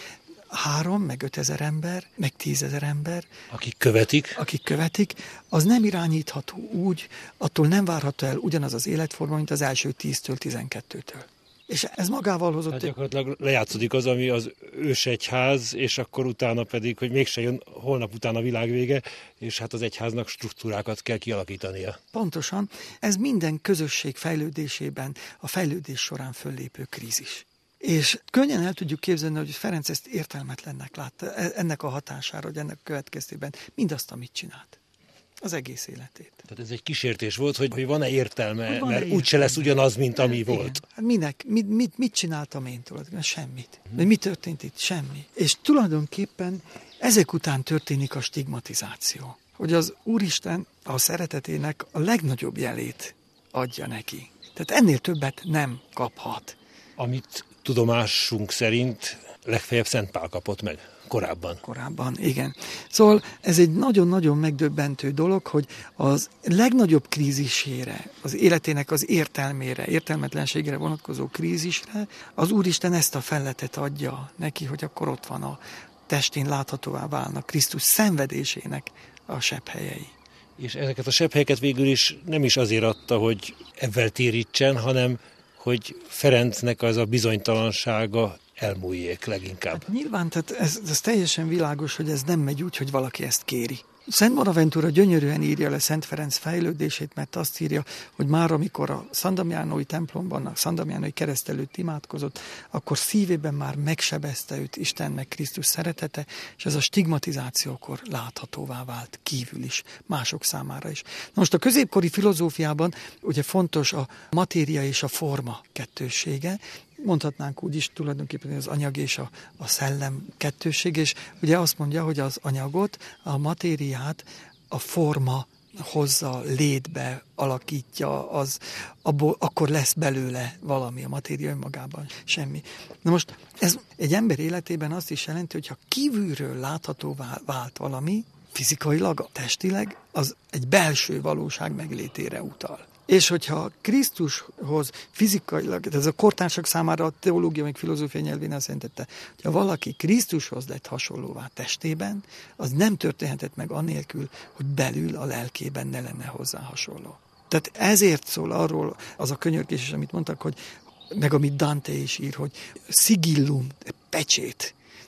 3, meg 5 ezer ember, meg 10 000 ember, akik követik, az nem irányítható úgy, attól nem várható el ugyanaz az életforma, mint az első 10-től, 12-től. És ez magával hozott... Tehát gyakorlatilag lejátszódik az, ami az ősegyház, és akkor utána pedig, hogy mégse jön holnap után a világ vége, és hát az egyháznak struktúrákat kell kialakítania. Pontosan, ez minden közösség fejlődésében, a fejlődés során föllépő krízis. És könnyen el tudjuk képzelni, hogy Ferenc ezt értelmetlennek látta, ennek a hatására, hogy ennek a következtében mindazt, amit csinált. Az egész életét. Tehát ez egy kísértés volt, hogy van-e értelme, mert úgyse lesz ugyanaz, mint ami volt. Hát minek? Mit csináltam én tulajdonképpen? Semmit. De mi történt itt? Semmi. És tulajdonképpen ezek után történik a stigmatizáció. Hogy az Úristen a szeretetének a legnagyobb jelét adja neki. Tehát ennél többet nem kaphat. Amit tudomásunk szerint legfeljebb Szent Pál kapott meg korábban, igen. Szóval ez egy nagyon-nagyon megdöbbentő dolog, hogy az legnagyobb krízisére, az életének az értelmére, értelmetlenségére vonatkozó krízisre az Úristen ezt a felletet adja neki, hogy akkor ott van a testén láthatóvá válnak Krisztus szenvedésének a sebhelyei. És ezeket a sebhelyeket végül is nem is azért adta, hogy ebben térítsen, hanem hogy Ferencnek az a bizonytalansága elmúljék leginkább. Hát nyilván, tehát ez teljesen világos, hogy ez nem megy úgy, hogy valaki ezt kéri. Szent Bonaventura gyönyörűen írja le Szent Ferenc fejlődését, mert azt írja, hogy már amikor a San Damianói templomban, a San Damianói kereszt előtt imádkozott, akkor szívében már megsebezte őt Isten meg Krisztus szeretete, és ez a stigmatizációkor láthatóvá vált kívül is, mások számára is. Na most a középkori filozófiában ugye fontos a matéria és a forma kettőssége, mondhatnánk úgy is tulajdonképpen az anyag és a szellem kettősség, és ugye azt mondja, hogy az anyagot, a matériát a forma hozza létbe, alakítja, abból akkor lesz belőle valami, a matéria önmagában semmi. Na most ez egy ember életében azt is jelenti, hogy ha kívülről láthatóvá vált valami, fizikailag, testileg, az egy belső valóság meglétére utal. És hogyha Krisztushoz fizikailag, ez a kortársak számára a teológia meg filozófia nyelvén azt jelentette, hogyha valaki Krisztushoz lett hasonlóvá testében, az nem történhetett meg annélkül, hogy belül a lelkében ne lenne hozzá hasonló. Tehát ezért szól arról az a könyörgés, amit mondtak, hogy meg amit Dante is ír, hogy sigillum, pecsét.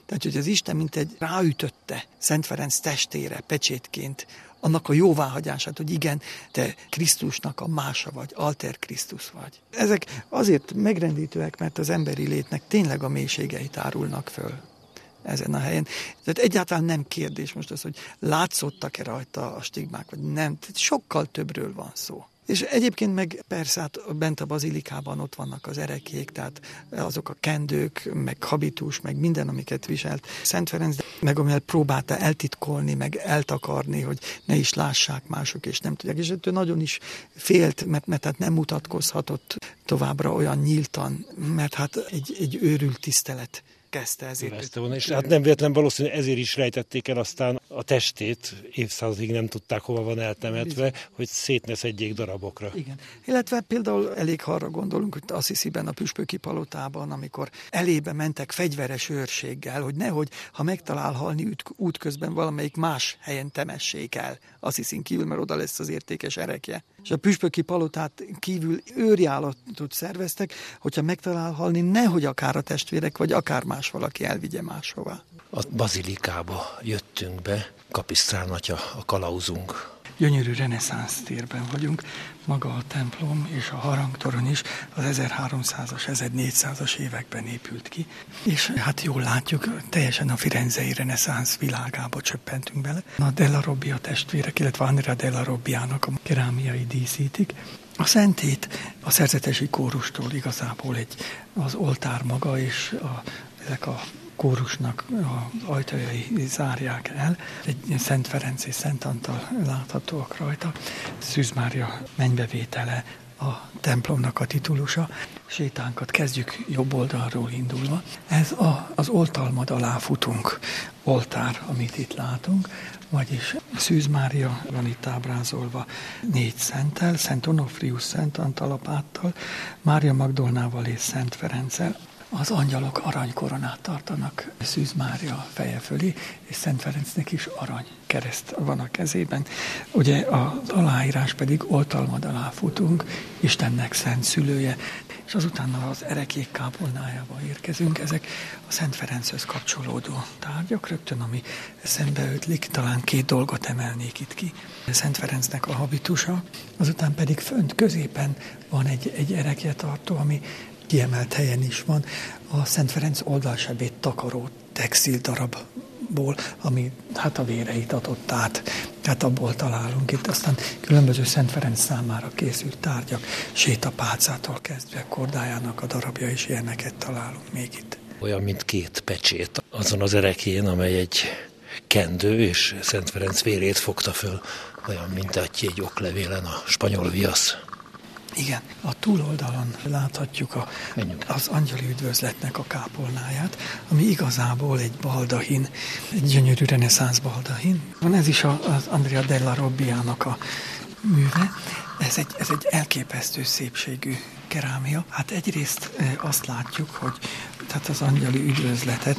Tehát, hogy az Isten mint egy ráütötte Szent Ferenc testére pecsétként annak a jóváhagyását, hogy igen, te Krisztusnak a mása vagy, alter Krisztus vagy. Ezek azért megrendítőek, mert az emberi létnek tényleg a mélységeit árulnak föl ezen a helyen. Tehát egyáltalán nem kérdés most az, hogy látszottak-e rajta a stigmák, vagy nem. Tehát sokkal többről van szó. És egyébként meg persze hát bent a bazilikában ott vannak az ereklyék, tehát azok a kendők, meg habitus, meg minden, amiket viselt Szent Ferenc, meg amivel próbálta eltitkolni, meg eltakarni, hogy ne is lássák mások, és nem tudják. És ettől nagyon is félt, mert hát nem mutatkozhatott továbbra olyan nyíltan, mert hát egy őrült tisztelet kezdte ezért. És hát nem véletlen valószínű, ezért is rejtették el aztán a testét, évszázadig nem tudták, hova van eltemetve, hogy szét ne szedjék darabokra. Igen. Illetve például elég arra gondolunk, hogy Assisiben, a püspöki palotában, amikor elébe mentek fegyveres őrséggel, hogy nehogy, ha megtalál halni útközben, valamelyik más helyen temessék el Assisin kívül, mert oda lesz az értékes erekje. És a püspöki palotát kívül őrjállatot szerveztek, hogyha megtalál halni, nehogy akár a testvérek, vagy akár más valaki elvigye máshová. A bazilikába jöttünk be, Kapisztrán atya, a kalauzunk. Gyönyörű reneszánsz térben vagyunk, maga a templom és a harangtorony is az 1300-as, 1400-as években épült ki. És hát jól látjuk, teljesen a firenzei reneszánsz világába csöppentünk bele. A Della Robbia testvérek, illetve Andrea Della Robbiának a kerámiai díszítik. A szentét a szerzetesi kórustól igazából az oltár maga és ezek a kórusnak az ajtajai zárják el. Egy Szent Ferenc és Szent Antal láthatóak rajta. Szűz Mária mennybevétele a templomnak a titulusa. Sétánkat kezdjük jobb oldalról indulva. Ez az oltalmad alá futunk oltár, amit itt látunk, vagyis Szűz Mária van itt ábrázolva 4 szenttel, Szent Onofrius, Szent Antal apáttal, Mária Magdolnával és Szent Ferenccel. Az angyalok aranykoronát tartanak Szűz Mária feje fölé, és Szent Ferencnek is aranykereszt van a kezében. Ugye az aláírás pedig oltalmad alá futunk, Istennek szent szülője, és azután az ereklyék kápolnájába érkezünk. Ezek a Szent Ferenchöz kapcsolódó tárgyak, rögtön ami szembe ötlik, talán 2 dolgot emelnék itt ki. Szent Ferencnek a habitusa, azután pedig fönt középen van egy ereklyetartó, ami kiemelt helyen is van, a Szent Ferenc oldalsebét takaró textil darabból, ami hát a véreit adott át. Tehát abból találunk itt. Aztán különböző Szent Ferenc számára készült tárgyak, sétapálcától kezdve kordájának a darabja is, ilyeneket találunk még itt. Olyan, mint 2 pecsét azon az erekjén, amely egy kendő, és Szent Ferenc vérét fogta föl, olyan, mint egy oklevélen a spanyol viasz. Igen, a túloldalon láthatjuk az angyali üdvözletnek a kápolnáját, ami igazából egy baldahin, egy gyönyörű reneszánsz baldahin. Ez is az Andrea Della Robbiának a műve. Ez egy elképesztő szépségű kerámia. Hát egyrészt azt látjuk, hogy tehát az angyali üdvözletet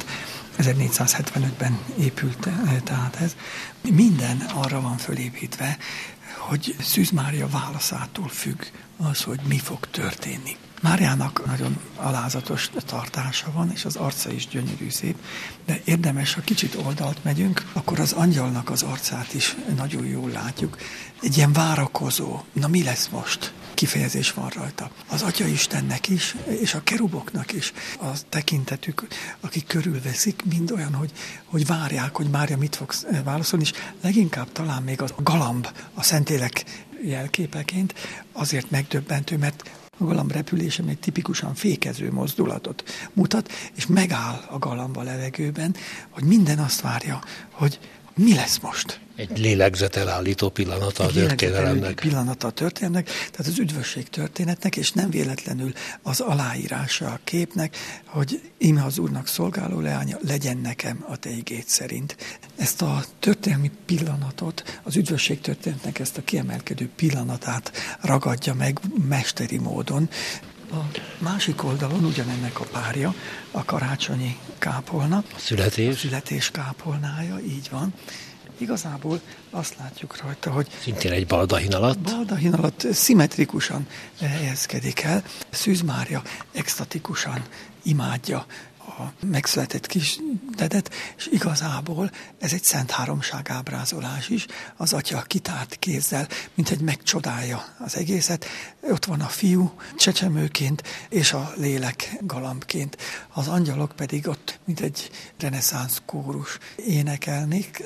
1475-ben épült tehát ez. Minden arra van fölépítve, hogy Szűz Mária válaszától függ az, hogy mi fog történni. Máriának nagyon alázatos tartása van, és az arca is gyönyörű szép, de érdemes, ha kicsit oldalt megyünk, akkor az angyalnak az arcát is nagyon jól látjuk. Egy ilyen várakozó, na mi lesz most? Kifejezés van rajta. Az Atya'istennek is, és a keruboknak is a tekintetük, akik körülveszik, mind olyan, hogy várják, hogy Mária mit fog válaszolni, és leginkább talán még a galamb a Szentélek jelképeként azért megdöbbentő, mert a galamb repülése egy tipikusan fékező mozdulatot mutat, és megáll a galamb a levegőben, hogy minden azt várja, hogy mi lesz most. Egy lélegzetelállító pillanata a történelemnek. Pillanata a történetnek, tehát az üdvösség történetnek, és nem véletlenül az aláírása a képnek, hogy íme az Úrnak szolgáló leánya, legyen nekem a te igéd szerint. Ezt a történelmi pillanatot, az üdvösség történetnek ezt a kiemelkedő pillanatát ragadja meg mesteri módon. A másik oldalon ugyanennek a párja, a karácsonyi kápolna. A születés kápolnája, így van. Igazából azt látjuk rajta, hogy szintén egy baldahin alatt. Baldahin alatt szimmetrikusan helyezkedik el. Szűz Mária extatikusan imádja a megszületett kis dedet, és igazából ez egy Szent Háromság ábrázolás is, az atya kitárt kézzel, mint egy megcsodálja az egészet. Ott van a fiú csecsemőként, és a lélek galambként. Az angyalok pedig ott, mint egy reneszánsz kórus énekelnek,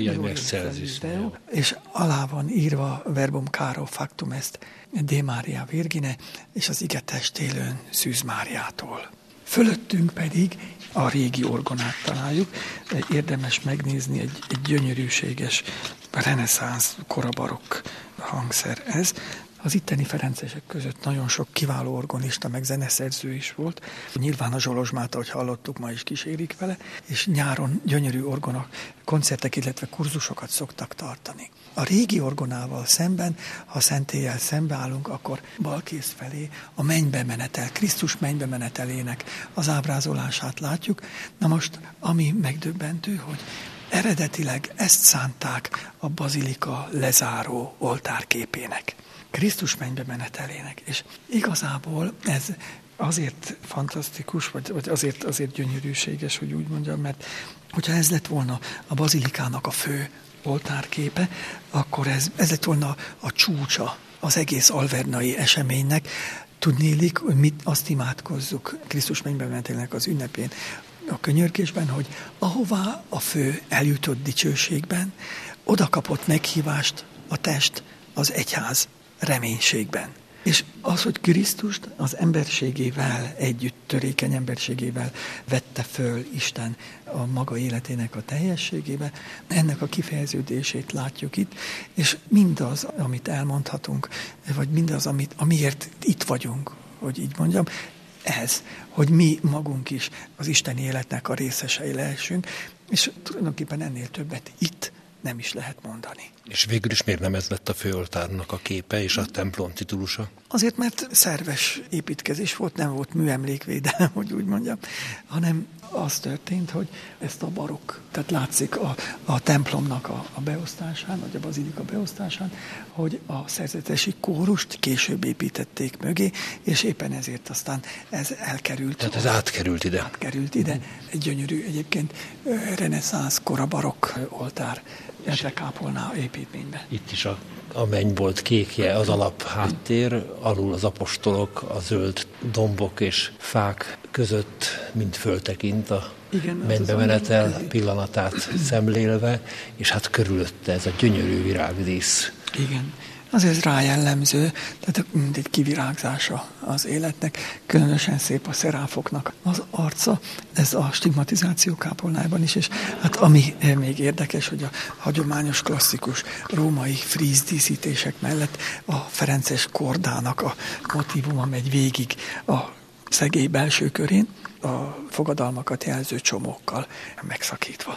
és alá van írva verbum caro factum est de Maria Virgine, és az ige testélőn Szűz Máriától. Fölöttünk pedig a régi orgonát találjuk. Érdemes megnézni, egy gyönyörűséges reneszánsz korabarokk hangszer ez. Az itteni ferencesek között nagyon sok kiváló orgonista, meg zeneszerző is volt. Nyilván a Zsolozsmát, ahogy hallottuk, ma is kísérik vele, és nyáron gyönyörű orgona koncertek, illetve kurzusokat szoktak tartani. A régi orgonával szemben, ha Szentéllyel szembeállunk, akkor balkész felé a mennybe menetel, Krisztus mennybe menetelének az ábrázolását látjuk. Na most, ami megdöbbentő, hogy eredetileg ezt szánták a bazilika lezáró oltárképének, Krisztus mennybe menetelének. És igazából ez azért fantasztikus, vagy azért gyönyörűséges, hogy úgy mondjam, mert hogyha ez lett volna a bazilikának a fő oltárképe, akkor ez lett volna a csúcsa az egész alvernai eseménynek. Tudnélik, hogy mit azt imádkozzuk Krisztus mennybe menetelének az ünnepén, a könyörgésben, hogy ahová a fő eljutott dicsőségben, oda kapott meghívást a test, az egyház reménységben. És az, hogy Krisztust az emberségével együtt, törékeny emberségével vette föl Isten a maga életének a teljességébe, ennek a kifejeződését látjuk itt, és mindaz, amit elmondhatunk, vagy mindaz, amiért itt vagyunk, hogy így mondjam, ez, hogy mi magunk is az isteni életnek a részesei lehessünk, és tulajdonképpen ennél többet itt nem is lehet mondani. És végül is miért nem ez lett a főoltárnak a képe és a templom titulusa? Azért, mert szerves építkezés volt, nem volt műemlékvédelem, hogy úgy mondjam, hanem az történt, hogy ezt a barokk, tehát látszik a templomnak a beosztásán, vagy a bazilika beosztásán, hogy a szerzetesi kórust később építették mögé, és éppen ezért aztán ez elkerült. Tehát ez átkerült ide. Átkerült ide. Egy gyönyörű, egyébként reneszánsz kora barokk oltár kápolná építménybe. Itt is a mennybolt kékje az alap háttér, alul az apostolok, a zöld dombok és fák között mind föltekint a mennybe menetel pillanatát szemlélve, és hát körülötte ez a gyönyörű virágdísz. Igen. Azért rá jellemző, tehát mindegy kivirágzása az életnek, különösen szép a szeráfoknak az arca, ez a stigmatizáció kápolnájában is, és hát ami még érdekes, hogy a hagyományos, klasszikus római fríz díszítések mellett a ferences kordának a motívuma megy végig a szegély belső körén, a fogadalmakat jelző csomókkal megszakítva.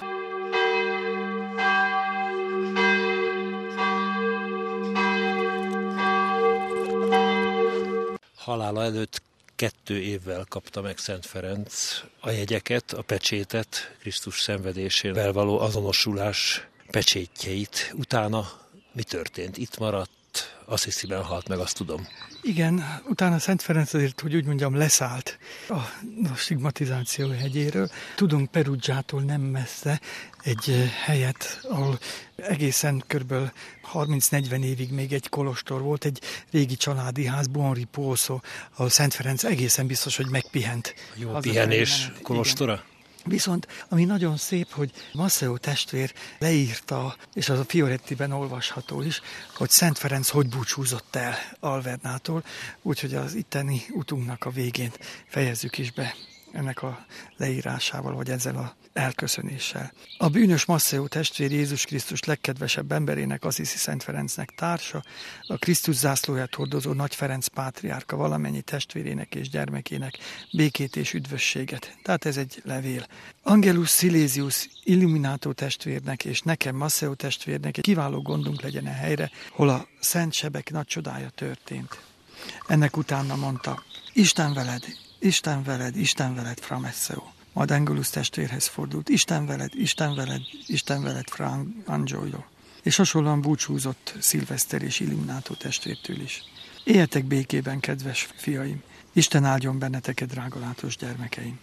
Halála előtt 2 évvel kapta meg Szent Ferenc a jegyeket, a pecsétet, Krisztus szenvedésével való azonosulás pecsétjeit. Utána mi történt? Itt maradt, Assisiben halt meg, azt tudom. Igen, utána Szent Ferenc azért, hogy úgy mondjam, leszállt a stigmatizáció hegyéről. Tudunk Perugiától nem messze egy helyet, ahol egészen kb. 30-40 évig még egy kolostor volt, egy régi családi ház, Buon Riposo, ahol Szent Ferenc egészen biztos, hogy megpihent. Jó pihenés kolostora? Igen. Viszont ami nagyon szép, hogy Masseo testvér leírta, és az a Fiorettiben olvasható is, hogy Szent Ferenc hogy búcsúzott el Alvernától, úgyhogy az itteni utunknak a végén fejezzük is be ennek a leírásával, vagy ezzel az elköszönéssel. A bűnös Masseo testvér Jézus Krisztus legkedvesebb emberének, Assisi Szent Ferencnek társa, a Krisztus zászlóját hordozó Nagy Ferenc pátriárka valamennyi testvérének és gyermekének békét és üdvösséget. Tehát ez egy levél. Angelus Silesius Illuminato testvérnek és nekem Masseo testvérnek egy kiváló gondunk legyen a helyre, hol a szent sebek nagy csodája történt. Ennek utána mondta, Isten veled, Isten veled, Isten veled, Fra Masseo. Majd Angelus testvérhez fordult, Isten veled, Isten veled, Isten veled, Fra Angelo. És hasonlóan búcsúzott Szilveszter és Illuminato testvértől is. Éljetek békében, kedves fiaim! Isten áldjon benneteket, drága látos gyermekeim!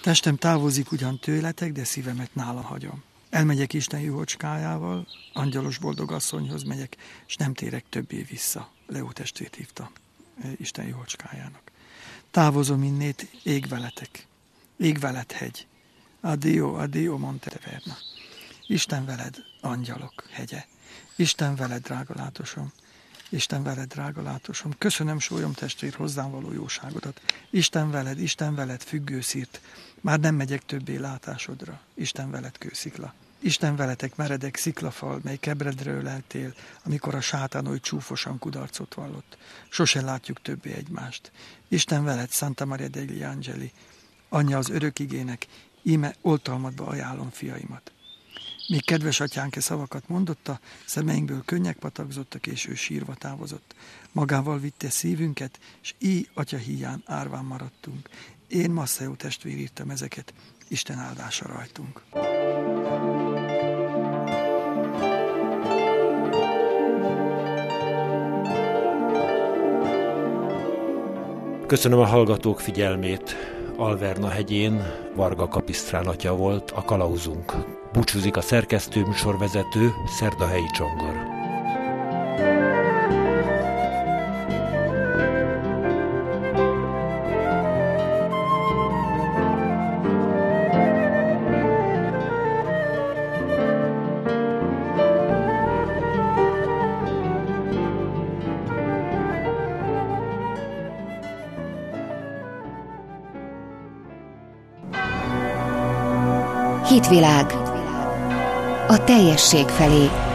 Testem távozik ugyan tőletek, de szívemet nála hagyom. Elmegyek Isten juhocskájával, angyalos boldog asszonyhoz megyek, és nem térek többé vissza. Leó testvért hívta Isten juhocskájának. Távozom innét, ég veletek. Ég veled, hegy. Addio, addio, Monte Verna. Isten veled, angyalok, hegye. Isten veled, drága látosom. Isten veled, drága látosom. Köszönöm, sólyom testvér, hozzám való jóságodat. Isten veled, függő szírt. Már nem megyek többé látásodra. Isten veled, kőszikla. Isten veletek, meredek sziklafal, mely kebredről eltél, amikor a sátán oly csúfosan kudarcot vallott. Sose látjuk többé egymást. Isten veled, Santa Maria degli Angeli, anyja az örök igének, íme oltalmadba ajánlom fiaimat. Még kedves atyánk szavakat mondotta, szemeinkből könnyek patakzottak, és ő sírva távozott. Magával vitte szívünket, és így atya híján árván maradtunk. Én, Masszeo testvér írtam ezeket, Isten áldása rajtunk. Köszönöm a hallgatók figyelmét. Alverna hegyén Varga Kapisztrán atya volt a kalauzunk. Búcsúzik a szerkesztő, műsorvezető, Szerdahelyi Csongor. Hitvilág. A teljesség felé.